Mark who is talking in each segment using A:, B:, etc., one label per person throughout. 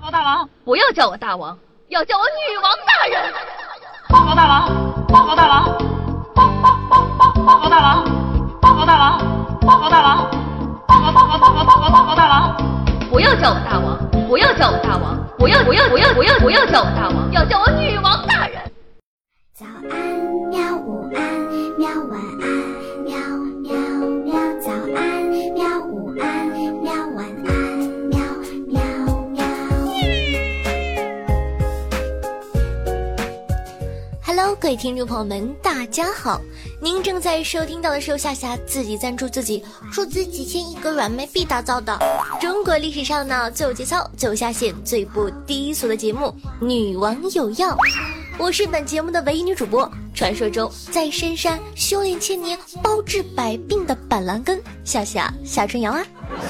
A: 报告大王，
B: 不要叫我大王，要叫我女王大人。
A: 报告大王，报告大王，报告大王，报告大王，报告大王，报告大王。
B: 不要叫我大王，不要叫我大王，不要叫我大王，要叫我女王大人。
C: 早安喵，午安喵，晚安喵喵喵，早安喵，午安喵，晚安喵喵喵。Hello， 各位听众朋友们，大家好！您正在收听到的是由夏夏自己赞助自己，出资几千亿个软妹币打造的中国历史上呢最有节操、最有下限、最不低俗的节目《女王有药》。我是本节目的唯一女主播，传说中在深山修炼千年、包治百病的板蓝根夏夏夏春瑶啊。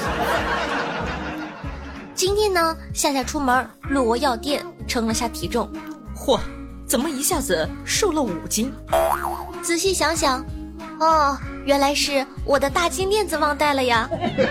C: 今天呢，夏夏出门路过药店，称了下体重，
D: 嚯，怎么一下子瘦了5斤？
C: 仔细想想，哦，原来是我的大金链子忘带了呀。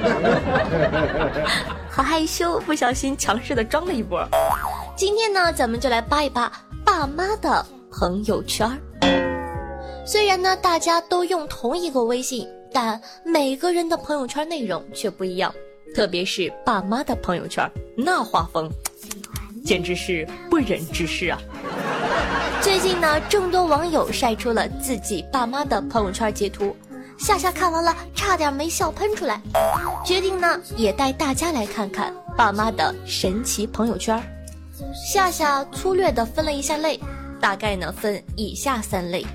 D: 好害羞，不小心强势的装了一波。
C: 今天呢，咱们就来扒一扒爸妈的朋友圈。虽然呢大家都用同一个微信，但每个人的朋友圈内容却不一样，特别是爸妈的朋友圈，那画风简直是不忍直视啊。最近呢，众多网友晒出了自己爸妈的朋友圈截图，夏夏看完了差点没笑喷出来，决定呢也带大家来看看爸妈的神奇朋友圈。夏夏粗略地分了一下类，大概呢分以下3类。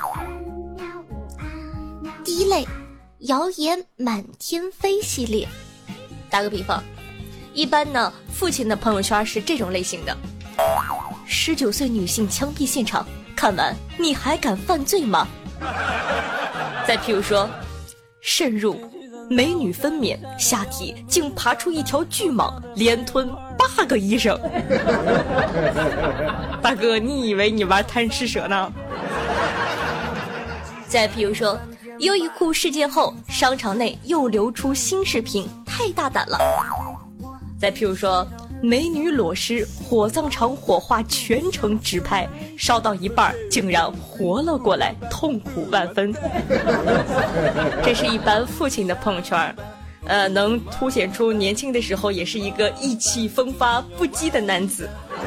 C: 第一类，谣言满天飞系列。打个比方，一般呢父亲的朋友圈是这种类型的：19岁女性枪毙现场，看完你还敢犯罪吗？再譬如说，慎入，美女分娩，下体竟爬出一条巨蟒，连吞8个医生。大哥，你以为你玩贪吃蛇呢？再譬如说，优衣库事件后，商场内又流出新视频，太大胆了。再譬如说，美女裸尸，火葬场火化全程直拍，烧到一半竟然活了过来，痛苦万分。这是一般父亲的朋友圈，能凸显出年轻的时候也是一个意气风发不羁的男子。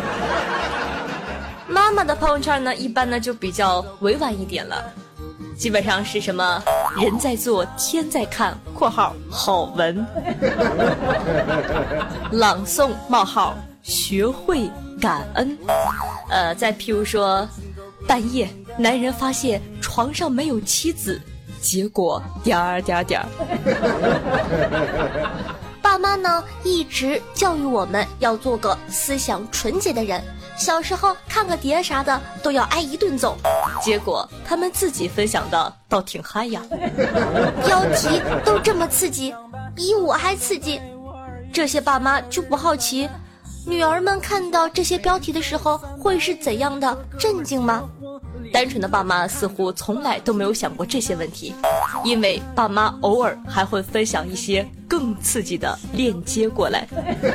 C: 妈妈的朋友圈呢，一般呢就比较委婉一点了，基本上是什么人在做天在看（括号好文），朗诵冒号学会感恩。再譬如说，半夜男人发现床上没有妻子，结果……爸妈呢一直教育我们要做个思想纯洁的人，小时候看个碟啥的都要挨一顿揍，结果他们自己分享的倒挺嗨呀。标题都这么刺激，比我还刺激，这些爸妈就不好奇女儿们看到这些标题的时候会是怎样的震惊吗？单纯的爸妈似乎从来都没有想过这些问题，因为爸妈偶尔还会分享一些更刺激的链接过来。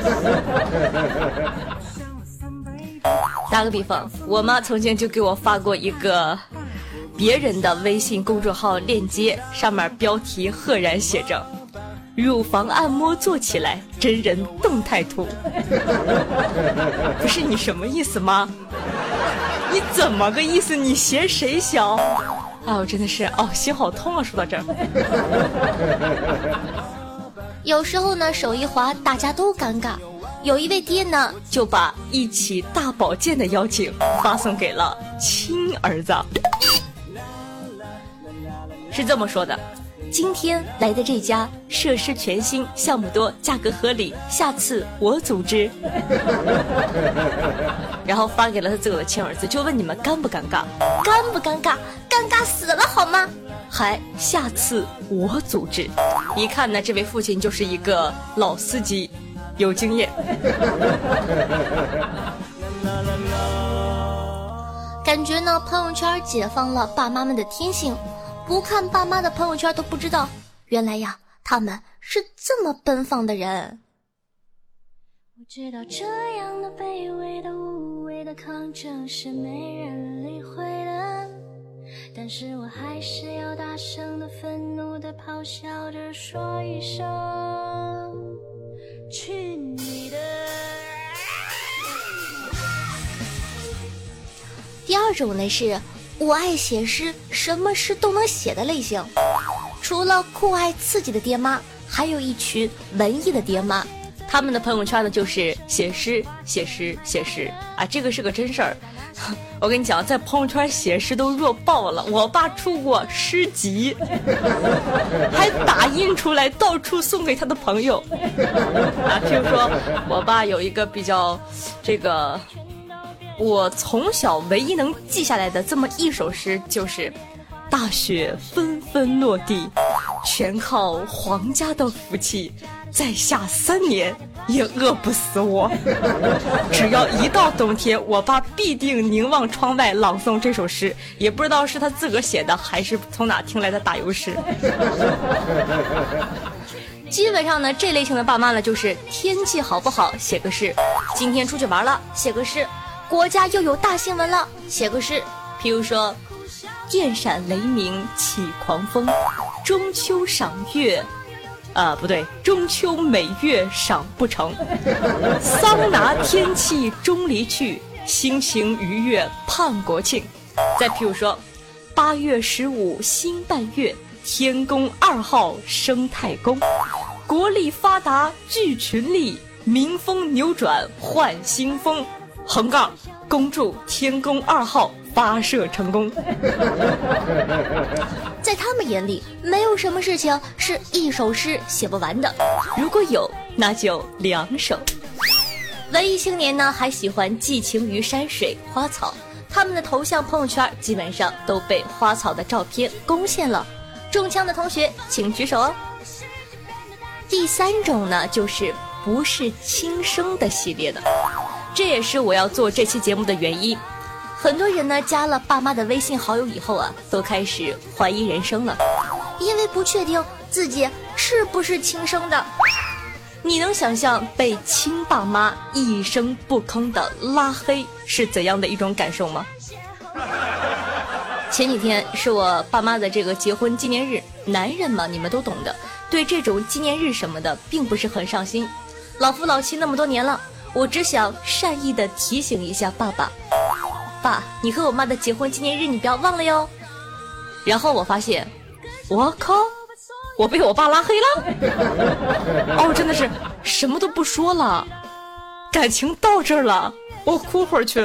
C: 打个比方，我妈曾经就给我发过一个别人的微信公众号链接，上面标题赫然写着乳房按摩做起来，真人动态图。不是你什么意思吗？你怎么个意思？你嫌谁小？哎，我真的是心好痛啊！说到这儿，有时候呢手一滑，大家都尴尬。有一位爹呢，就把一起大保健的邀请发送给了亲儿子，是这么说的：今天来的这家设施全新，项目多，价格合理，下次我组织。然后发给了他自己的亲儿子，就问你们尴不尴尬？尴不尴尬？尴尬死了好吗？还下次我组织。一看呢，这位父亲就是一个老司机，有经验。感觉呢，朋友圈解放了爸妈们的天性，不看爸妈的朋友圈都不知道，原来呀，他们是这么奔放的人。
E: 我知道这样的卑微的无谓的抗争是没人理会的，但是我还是要大声的愤怒的咆哮着说一声去你的。
C: 第二种呢是我爱写诗，什么诗都能写的类型。除了酷爱刺激的爹妈，还有一群文艺的爹妈，他们的朋友圈呢就是写诗写诗写诗啊，这个是个真事儿。我跟你讲，在朋友圈写诗都弱爆了。我爸出过诗集，还打印出来到处送给他的朋友啊。譬如说我爸有一个比较我从小唯一能记下来的这么一首诗，就是大雪纷纷落地，全靠皇家的福气，再下3年也饿不死我。只要一到冬天，我爸必定凝望窗外朗诵这首诗，也不知道是他自个儿写的还是从哪听来的打油诗。基本上呢，这类型的爸妈呢，就是天气好不好写个诗，今天出去玩了写个诗，国家又有大新闻了写个诗。譬如说电闪雷鸣起狂风，中秋赏月不对，中秋美月赏不成，桑拿天气终离去，心情愉悦盼国庆。再譬如说8月15新半月，天宫2号升太公，国力发达聚群力，民风扭转换新风，横杠恭祝天宫2号发射成功。在他们眼里，没有什么事情是一首诗写不完的，如果有，那就2首。文艺青年呢，还喜欢寄情于山水花草，他们的头像朋友圈基本上都被花草的照片攻陷了。中枪的同学请举手哦。第3种呢，就是不是亲生的系列的，这也是我要做这期节目的原因。很多人呢，加了爸妈的微信好友以后啊，都开始怀疑人生了，因为不确定自己是不是亲生的。你能想象被亲爸妈一声不吭的拉黑是怎样的一种感受吗？前几天是我爸妈的这个结婚纪念日，男人嘛，你们都懂的，对这种纪念日什么的并不是很上心。老夫老妻那么多年了，我只想善意的提醒一下爸爸，爸，你和我妈的结婚纪念日你不要忘了哟。然后我发现，我靠，我被我爸拉黑了。哦，真的是什么都不说了，感情到这儿了，我哭会儿去。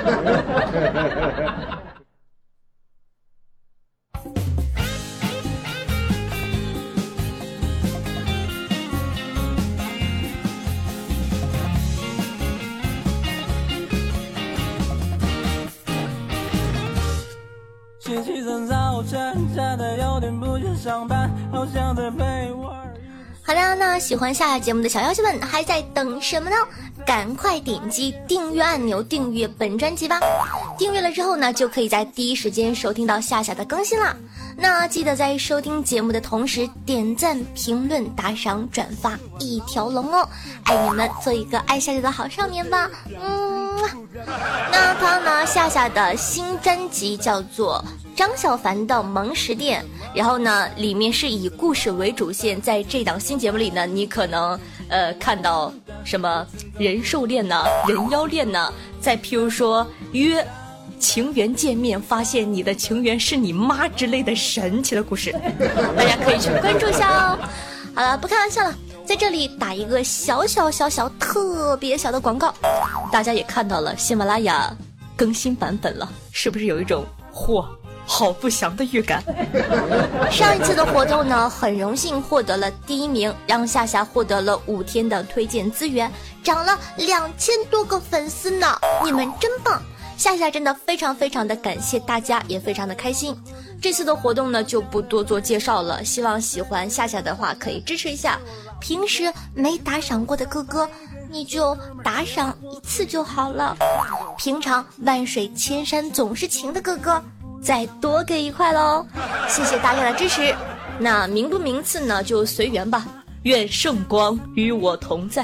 F: 星期三早晨，真的有点不想上班，好想在被窝。
C: 好的，那喜欢夏夏节目的小妖精们还在等什么呢？赶快点击订阅按钮，订阅本专辑吧。订阅了之后呢，就可以在第一时间收听到夏夏的更新啦。那记得在收听节目的同时点赞、评论、打赏、转发一条龙哦！爱你们，做一个爱夏夏的好少年吧。那他呢，夏夏的新专辑叫做张小凡的萌食店，然后呢里面是以故事为主线。在这档新节目里呢，你可能看到什么人兽恋呢、人妖恋呢，再譬如说约情缘见面发现你的情缘是你妈之类的神奇的故事，大家可以去关注一下哦。好了，不开玩笑了，在这里打一个小特别小的广告。大家也看到了喜马拉雅更新版本了，是不是有一种嚯好不祥的预感？上一次的活动呢，很荣幸获得了第1名，让夏夏获得了5天的推荐资源，涨了2000多个粉丝呢，你们真棒！夏夏真的非常的感谢大家，也非常的开心。这次的活动呢，就不多做介绍了，希望喜欢夏夏的话可以支持一下。平时没打赏过的哥哥，你就打赏1次就好了。平常万水千山总是情的哥哥，再多给1块喽，谢谢大家的支持。那名不名次呢，就随缘吧。
D: 愿圣光与我同在。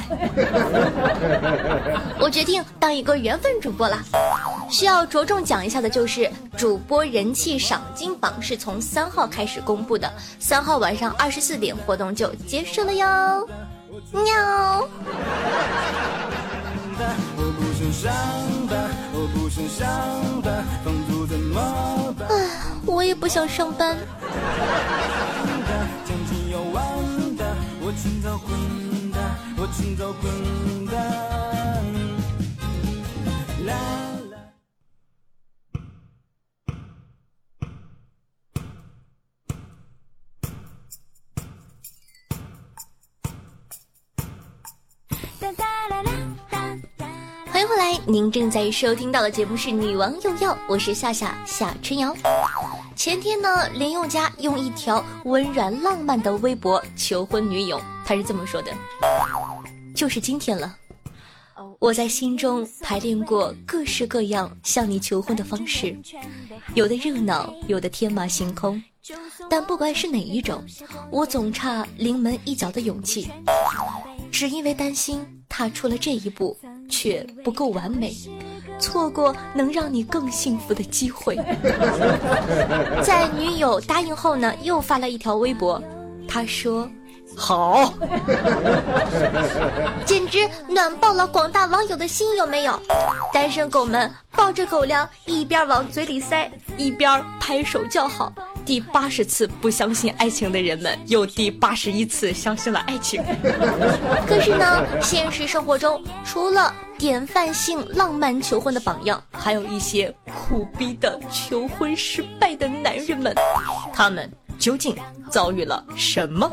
C: 我决定当一个缘分主播了。需要着重讲一下的就是主播人气赏金榜是从3号开始公布的，3号晚上24点活动就结束了哟。喵。唉，我也不想上班。欢迎回来，您正在收听到的节目是女王有药，我是夏春瑶。前天呢，林宥嘉用一条温软浪漫的微博求婚女友，他是这么说的：就是今天了，我在心中排练过各式各样向你求婚的方式，有的热闹，有的天马行空，但不管是哪一种，我总差临门一脚的勇气，只因为担心踏出了这一步却不够完美，错过能让你更幸福的机会。在女友答应后呢，又发了一条微博，他说
D: 好，
C: 简直暖爆了广大网友的心，有没有？单身狗们抱着狗粮，一边往嘴里塞，一边拍手叫好。第80次不相信爱情的人们，又第81次相信了爱情。可是呢，现实生活中，除了典范性浪漫求婚的榜样，还有一些苦逼的求婚失败的男人们，他们究竟遭遇了什么？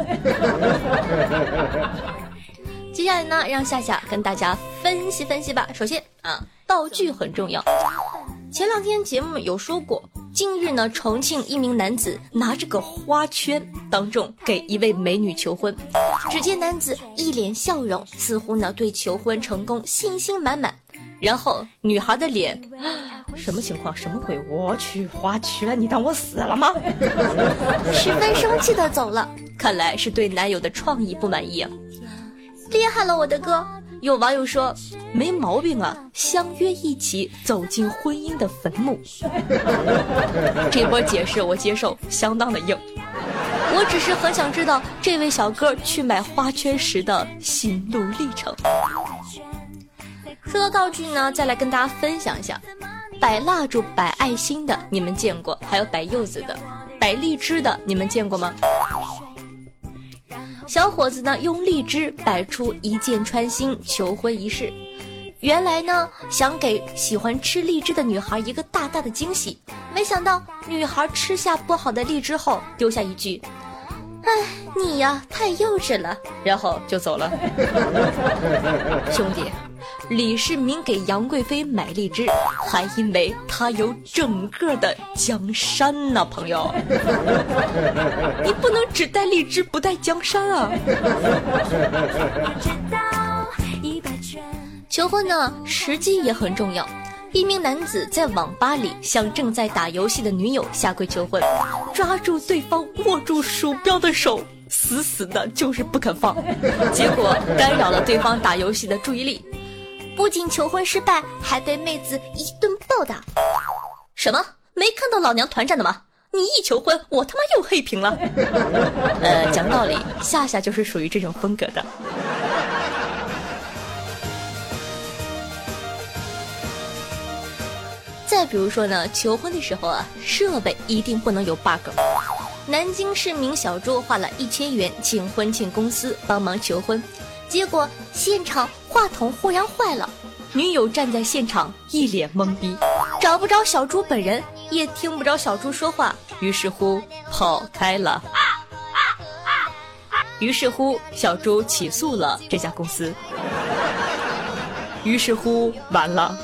C: 接下来呢，让夏跟大家分析分析吧。首先道具很重要。前2天节目有说过，近日呢，重庆一名男子拿着个花圈当众给一位美女求婚，只见男子一脸笑容，似乎呢对求婚成功信心满满。然后女孩的脸，什么情况？什么鬼？我去，花圈，你当我死了吗？十分生气的走了，看来是对男友的创意不满意啊。厉害了我的哥！有网友说没毛病啊，相约一起走进婚姻的坟墓。这波解释我接受，相当的硬。我只是很想知道这位小哥去买花圈时的心路历程。说到道具呢，再来跟大家分享一下，摆蜡烛摆爱心的你们见过，还有摆柚子的，摆荔枝的你们见过吗？小伙子呢用荔枝摆出一箭穿心求婚仪式，原来呢想给喜欢吃荔枝的女孩一个大大的惊喜，没想到女孩吃下剥好的荔枝后丢下一句：哎，你呀太幼稚了，然后就走了。兄弟，李世民给杨贵妃买荔枝，还因为他有整个的江山呢，朋友。你不能只带荔枝不带江山啊。求婚呢，时机也很重要。一名男子在网吧里向正在打游戏的女友下跪求婚，抓住对方握住鼠标的手，死死的就是不肯放，结果干扰了对方打游戏的注意力，不仅求婚失败，还被妹子一顿暴打。什么？没看到老娘团战的吗？你一求婚，我他妈又黑屏了。讲道理，夏就是属于这种风格的。再比如说呢，求婚的时候啊，设备一定不能有 bug。南京市民小朱花了1000元请婚庆公司帮忙求婚，结果现场话筒忽然坏了，女友站在现场一脸懵逼，找不着小朱本人，也听不着小朱说话，于是乎跑开了。于是乎小朱起诉了这家公司。于是乎完了。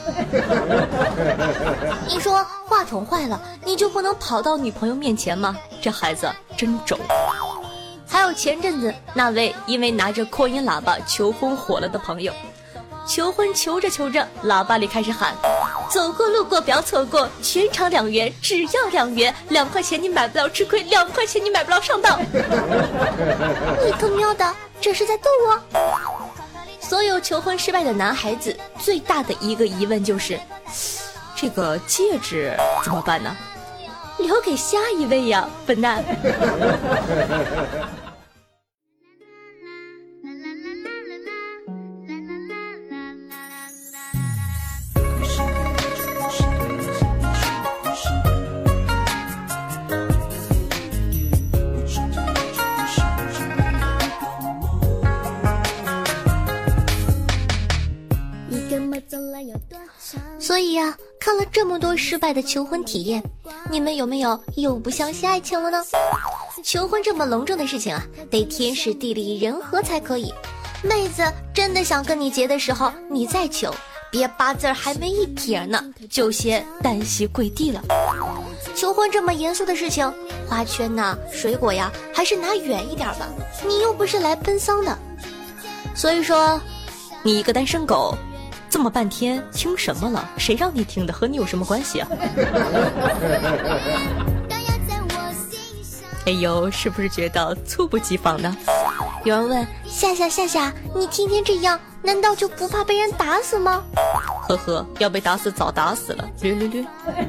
C: 你说话筒坏了，你就不能跑到女朋友面前吗？这孩子真轴。还有前阵子那位因为拿着扩音喇叭求婚火了的朋友，求婚求着求着，喇叭里开始喊走过路过不要错过，全场2元，只要2元，2块钱你买不到吃亏，2块钱你买不到上当。你他喵的，这是在逗我？所有求婚失败的男孩子最大的一个疑问就是，
D: 这个戒指怎么办呢？
C: 留给下一位呀，笨蛋。所以呀，看了这么多失败的求婚体验，你们有没有又不相信爱情了呢？求婚这么隆重的事情啊，得天时地利人和才可以。妹子真的想跟你结的时候，你再求，别8字还没一撇呢，就先单膝跪地了。求婚这么严肃的事情，花圈呐、水果呀，还是拿远一点吧。你又不是来奔丧的。所以说，
D: 你一个单身狗，这么半天听什么了？谁让你听的？和你有什么关系啊？哎呦，是不是觉得猝不及防呢？
C: 有人问夏夏，你天天这样，难道就不怕被人打死吗？
D: 呵呵，要被打死早打死了。略。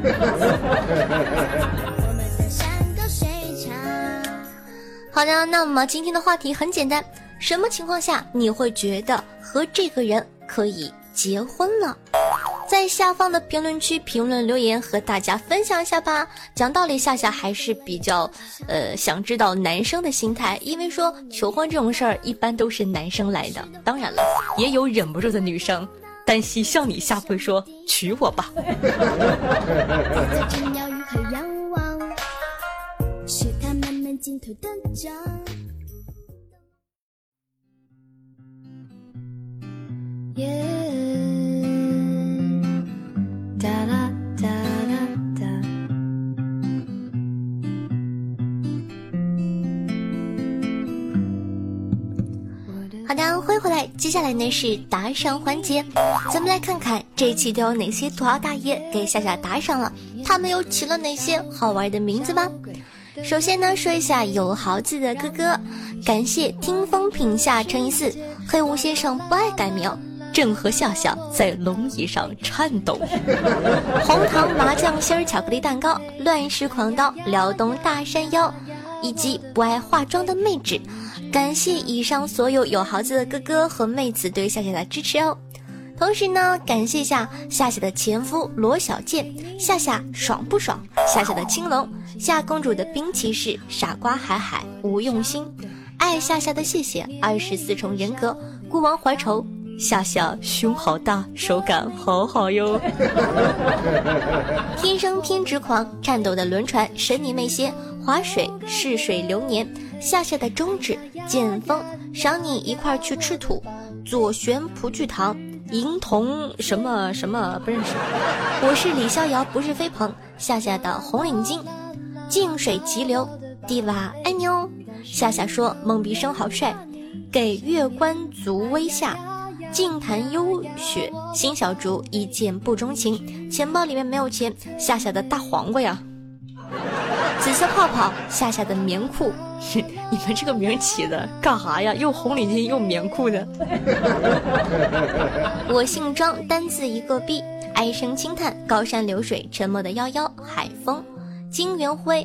C: 好的，那么今天的话题很简单，什么情况下你会觉得和这个人可以结婚了？在下方的评论区评论留言和大家分享一下吧。讲道理，夏夏还是比较想知道男生的心态，因为说求婚这种事儿一般都是男生来的。当然了，
D: 也有忍不住的女生单膝向你下跪说娶我吧。是他慢慢镜头的掌。
C: 好的，欢迎回来，接下来呢是打赏环节，咱们来看看这一期都有哪些土豪大爷给夏夏打赏了，他们又起了哪些好玩的名字吧。首先呢，说一下有豪字的哥哥，感谢听风品下乘以4，黑无先生不爱改名，
D: 正和夏夏在龙椅上颤抖。
C: 红糖麻酱心儿巧克力蛋糕，乱世狂刀，辽东大山腰，以及不爱化妆的妹纸。感谢以上所有有豪字的哥哥和妹子对夏夏的支持哦。同时呢，感谢一下夏夏的前夫罗小健，夏夏爽不爽，夏夏的青龙，夏公主的冰骑士，傻瓜海无用心，爱夏夏的谢谢，24重人格，孤王怀愁，
D: 夏夏胸好大，手感好好哟。
C: 天生偏执狂，颤抖的轮船，神女妹些，划水逝水流年，夏夏的中指，剑锋，赏你一块去吃土，左旋蒲剧堂，银铜什么什么不认识，我是李逍遥不是飞鹏，夏夏的红领巾，静水急流，蒂娃爱你哦。夏夏说懵逼生好帅，给月关族微下，净坛幽雪，新小竹一见不钟情，钱包里面没有钱，夏夏的大黄瓜呀，紫色泡泡，夏夏的棉裤。
D: 你们这个名起的干啥呀？又红领巾又棉裤的。
C: 我姓张，单字一个 B， 唉声轻叹，高山流水，沉默的夭夭，海风，金元辉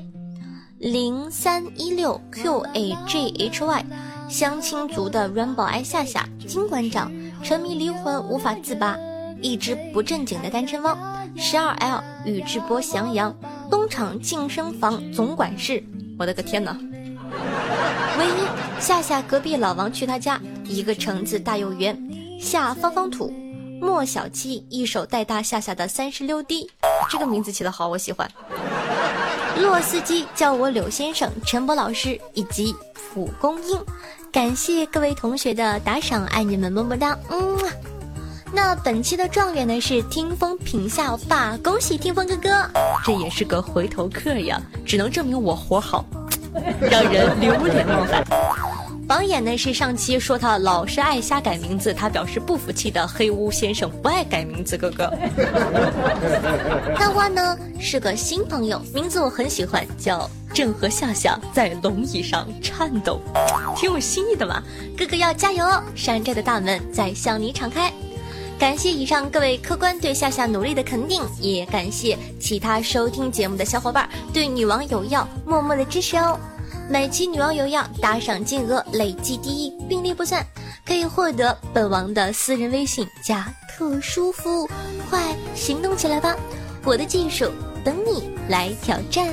C: 0316QAJHY， 相亲族的 Rainbow 爱夏夏，金馆长，沉迷离魂无法自拔，一只不正经的单身汪，12L 宇智波翔阳，东厂晋升房总管事，我的个天哪！唯一夏夏隔壁老王去他家，一个橙子大又圆，夏方方土，莫小七一手带大夏夏的36滴，这个名字起得好，我喜欢。洛司机叫我柳先生，陈博老师以及蒲公英，感谢各位同学的打赏，爱你们么么哒。那本期的状元呢是听风品下欧巴，恭喜听风哥哥，
D: 这也是个回头客呀，只能证明我活好，让人流连忘返。 榜眼呢是上期说他老是爱瞎改名字，他表示不服气的黑屋先生不爱改名字哥哥。
C: 探花呢是个新朋友，名字我很喜欢，叫
D: 正和夏夏在龙椅上颤抖，挺有新意的嘛。
C: 哥哥要加油哦，山寨的大门在向你敞开。感谢以上各位客官对夏夏努力的肯定，也感谢其他收听节目的小伙伴对女王有药默默的支持哦。每期女王有药打赏金额累计第一，并列不算，可以获得本王的私人微信加特殊服务，快行动起来吧！我的技术等你来挑战。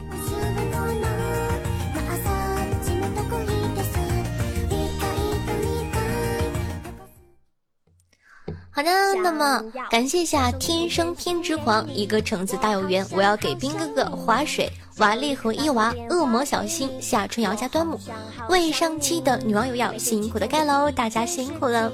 C: 好的，那么感谢一下天生偏执狂，一个橙子大有缘，我要给兵哥哥划水，瓦力和伊娃，恶魔小新，夏春瑶加端木，为上期的女网友要辛苦的盖楼，大家辛苦了。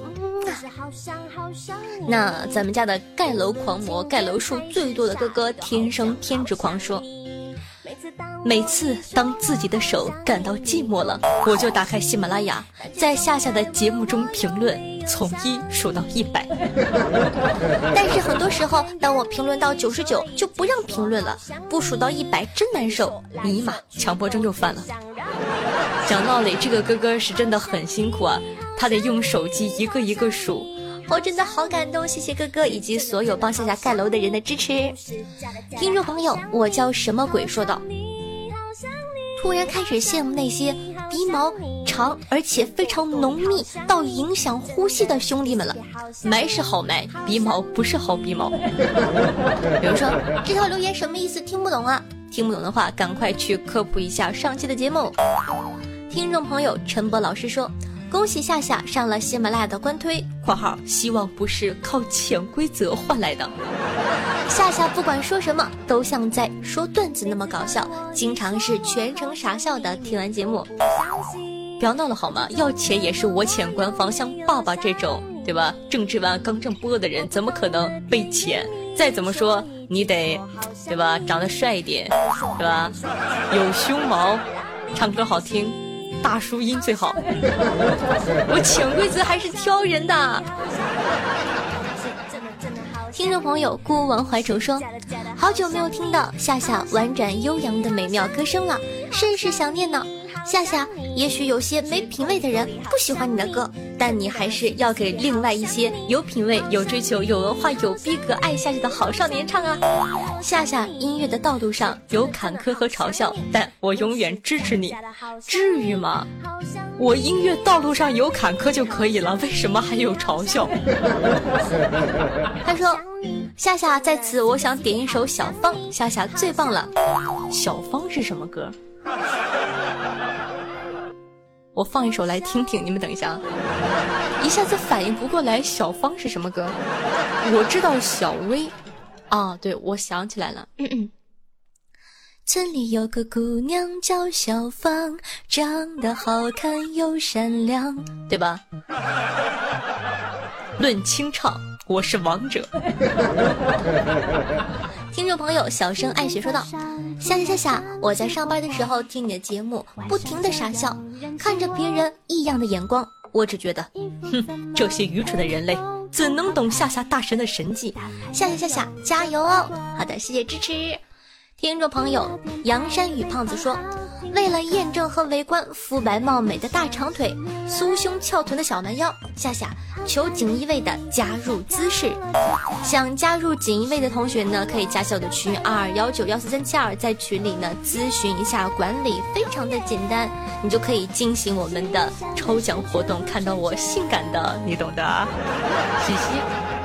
C: 那咱们家的盖楼狂魔，盖楼数最多的哥哥天生偏执狂说，
D: 每次当自己的手感到寂寞了，我就打开喜马拉雅，在夏夏的节目中评论，从1数到100。
C: 但是很多时候当我评论到99就不让评论了，不数到100真难受。
D: 尼玛，强迫症又犯了。讲道理，这个哥哥是真的很辛苦啊，他得用手机一个一个数。
C: 我真的好感动，谢谢哥哥以及所有帮夏夏盖楼的人的支持。听众朋友，我叫什么鬼说道，突然开始羡慕那些鼻毛长而且非常浓密到影响呼吸的兄弟们了。
D: 埋是好埋，鼻毛不是好鼻毛。
C: 比如说这条留言什么意思，听不懂啊？听不懂的话赶快去科普一下上期的节目。听众朋友陈博老师说，恭喜夏夏上了喜马拉雅的官推（括号
D: 希望不是靠潜规则换来的）。
C: 夏夏不管说什么都像在说段子那么搞笑，经常是全程傻笑的。听完节目
D: 不要闹了好吗？要钱也是我钱官方，像爸爸这种对吧，政治完刚正不阿的人怎么可能被钱？再怎么说你得对吧，长得帅一点对吧，有胸毛，唱歌好听，大叔音最好。我潜规则还是挑人的。
C: 听众朋友孤王怀愁说，好久没有听到夏夏婉转悠扬的美妙歌声了，甚是想念呢。夏夏，也许有些没品味的人不喜欢你的歌，但你还是要给另外一些有品味、有追求、有文化、有逼格、爱夏夏的好少年唱啊。夏夏音乐的道路上有坎坷和嘲笑，但我永远支持你。
D: 至于吗？我音乐道路上有坎坷就可以了，为什么还有嘲笑？
C: 他说，夏夏在此我想点一首小芳，夏夏最棒了。
D: 小芳是什么歌？我放一首来听听，你们等一下，一下子反应不过来小芳是什么歌。我知道小薇啊，对，我想起来了。
C: 村里有个姑娘叫小芳，长得好看又善良，
D: 对吧？论清唱，我是王者。
C: 听众朋友小生爱雪说道，夏夏夏夏，我在上班的时候听你的节目，不停的傻笑，看着别人异样的眼光，我只觉得
D: 这些愚蠢的人类怎能懂夏夏大神的神迹。
C: 夏夏夏夏加油哦。好的，谢谢支持。听众朋友杨山与胖子说，为了验证和围观肤白貌美的大长腿、酥胸翘臀的小蛮腰，夏夏求锦衣卫的加入姿势。想加入锦衣卫的同学呢，可以加小的群22191432，在群里呢咨询一下管理，非常的简单，你就可以进行我们的抽奖活动，看到我性感的，你懂的。嘻嘻。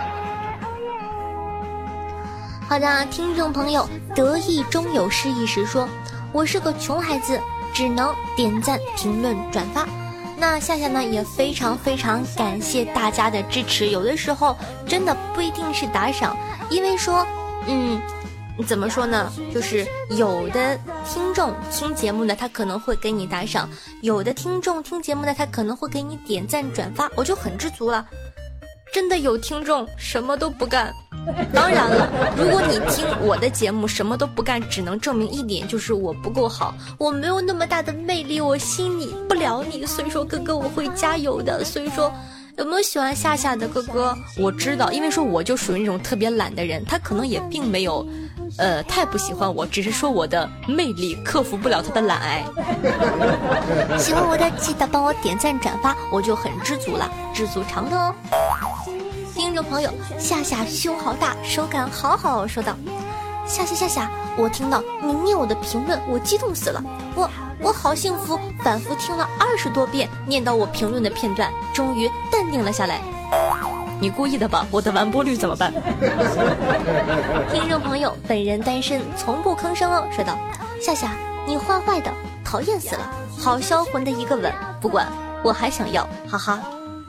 C: 好的，听众朋友得意中有失意时说，我是个穷孩子，只能点赞、评论、转发。那夏夏呢也非常非常感谢大家的支持，有的时候真的不一定是打赏，因为说怎么说呢，就是有的听众听节目呢他可能会给你打赏，有的听众听节目呢他可能会给你点赞转发，我就很知足了。真的有听众什么都不干， 当然了，如果你听我的节目什么都不干，只能证明一点，就是我不够好，我没有那么大的魅力，我吸引不了你。所以说哥哥我会加油的。所以说有没有喜欢夏夏的哥哥？我知道，因为说我就属于那种特别懒的人，他可能也并没有太不喜欢我，只是说我的魅力克服不了他的懒癌。喜欢我的记得帮我点赞转发，我就很知足了，知足常乐哦。听众朋友，夏夏胸好大，手感好好，说道：夏夏，我听到你念我的评论，我激动死了，我好幸福，反复听了20多遍，念到我评论的片段，终于淡定了下来。你故意的吧？我的完播率怎么办？听众朋友，本人单身，从不吭声哦，说道：夏夏，你坏坏的，讨厌死了，好销魂的一个吻，不管，我还想要，哈哈。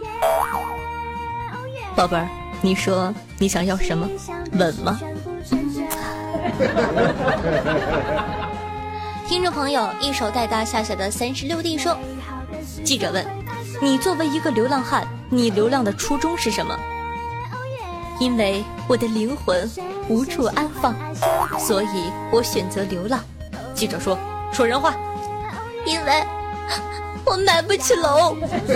C: 宝贝儿，你说你想要什么？吻吗？听众朋友，一手带大夏夏的36D 说，记者问，你作为一个流浪汉，你流浪的初衷是什么？因为我的灵魂无处安放，所以我选择流浪。记者说人话。因为我买不起楼。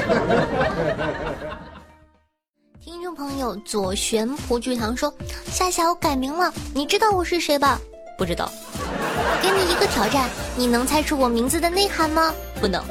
C: 听众朋友左旋蒲剧堂说，夏夏我改名了，你知道我是谁吧？不知道。给你一个挑战，你能猜出我名字的内涵吗？不能。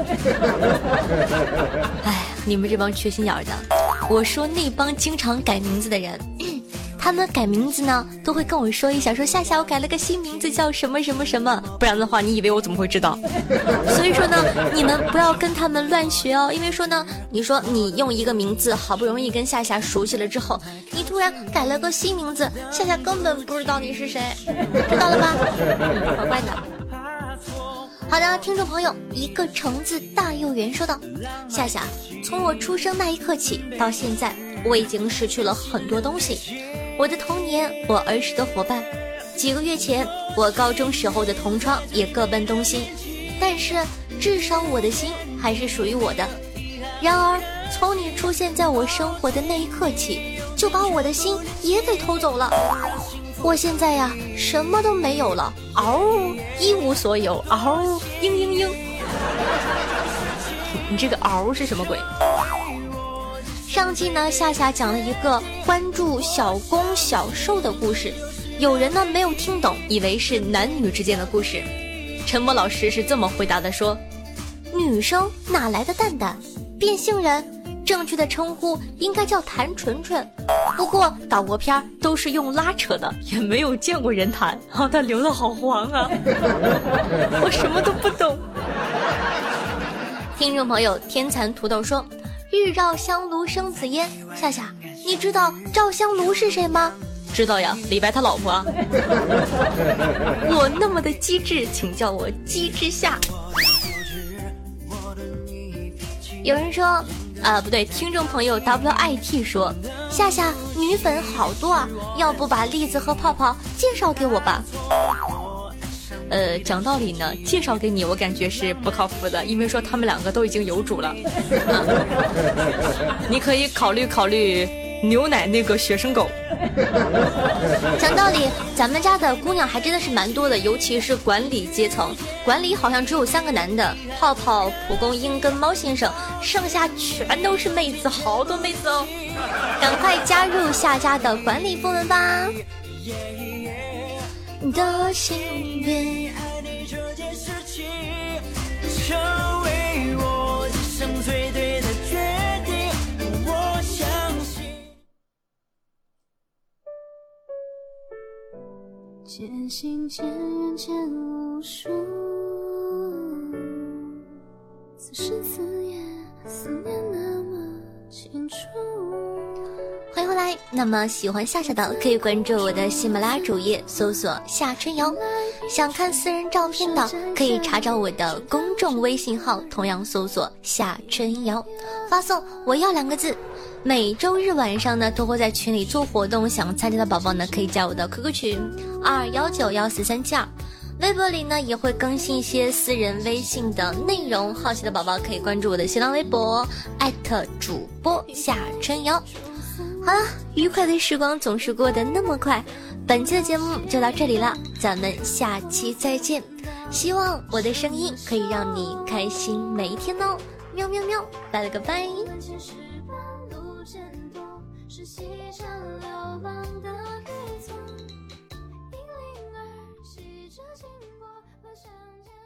C: 哎，你们这帮缺心眼的，我说那帮经常改名字的人，他们改名字呢都会跟我说一下，说夏夏我改了个新名字叫什么什么什么，不然的话你以为我怎么会知道？所以说呢，你们不要跟他们乱学哦，因为说呢，你说你用一个名字好不容易跟夏夏熟悉了之后，你突然改了个新名字，夏夏根本不知道你是谁，知道了吧？乖乖的。好的，听众朋友，一个橙子大幼圆说道，夏夏，从我出生那一刻起到现在，我已经失去了很多东西，我的童年，我儿时的伙伴，几个月前我高中时候的同窗也各奔东西，但是至少我的心还是属于我的。然而从你出现在我生活的那一刻起，就把我的心也给偷走了。我现在呀，什么都没有了，嗷，一无所有，嗷，嘤嘤嘤。你这个嗷是什么鬼？上期呢，夏夏讲了一个关注小攻小受的故事，有人呢没有听懂，以为是男女之间的故事。陈默老师是这么回答的，说：女生哪来的蛋蛋？变性人，正确的称呼应该叫弹纯纯。不过岛国片都是用拉扯的，也没有见过人弹，他流的好黄啊，我什么都不懂。听众朋友天蚕土豆说，日照香炉生紫烟，夏夏，你知道赵香炉是谁吗？知道呀，李白他老婆啊。我那么的机智，请叫我机智夏。有人说不对，听众朋友 WIT 说，夏夏女粉好多啊，要不把栗子和泡泡介绍给我吧？讲道理呢，介绍给你我感觉是不靠谱的，因为说他们两个都已经有主了。你可以考虑牛奶那个学生狗。讲道理，咱们家的姑娘还真的是蛮多的，尤其是管理阶层，管理好像只有3个男的，泡泡、蒲公英跟猫先生，剩下全都是妹子，好多妹子哦！赶快加入夏家的管理部门吧！的幸运
F: 成为我一生最对的决定，我相信。
E: 渐行渐远渐无数，此时此夜思念那么清楚。
C: 欢迎回来，那么喜欢夏夏的可以关注我的喜马拉雅主页，搜索夏春瑶。想看私人照片的可以查找我的公众微信号，同样搜索夏春瑶，发送我要2个字。每周日晚上呢都会在群里做活动，想参加的宝宝呢可以加我的 QQ 群21914372，微博里呢也会更新一些私人微信的内容，好奇的宝宝可以关注我的新浪微博主播夏春瑶。 好了，愉快的时光总是过得那么快，本期的节目就到这里了，咱们下期再见。希望我的声音可以让你开心每一天哦，喵喵喵，拜了个拜。是西山流浪的渔村，银铃儿系着金箔和相见。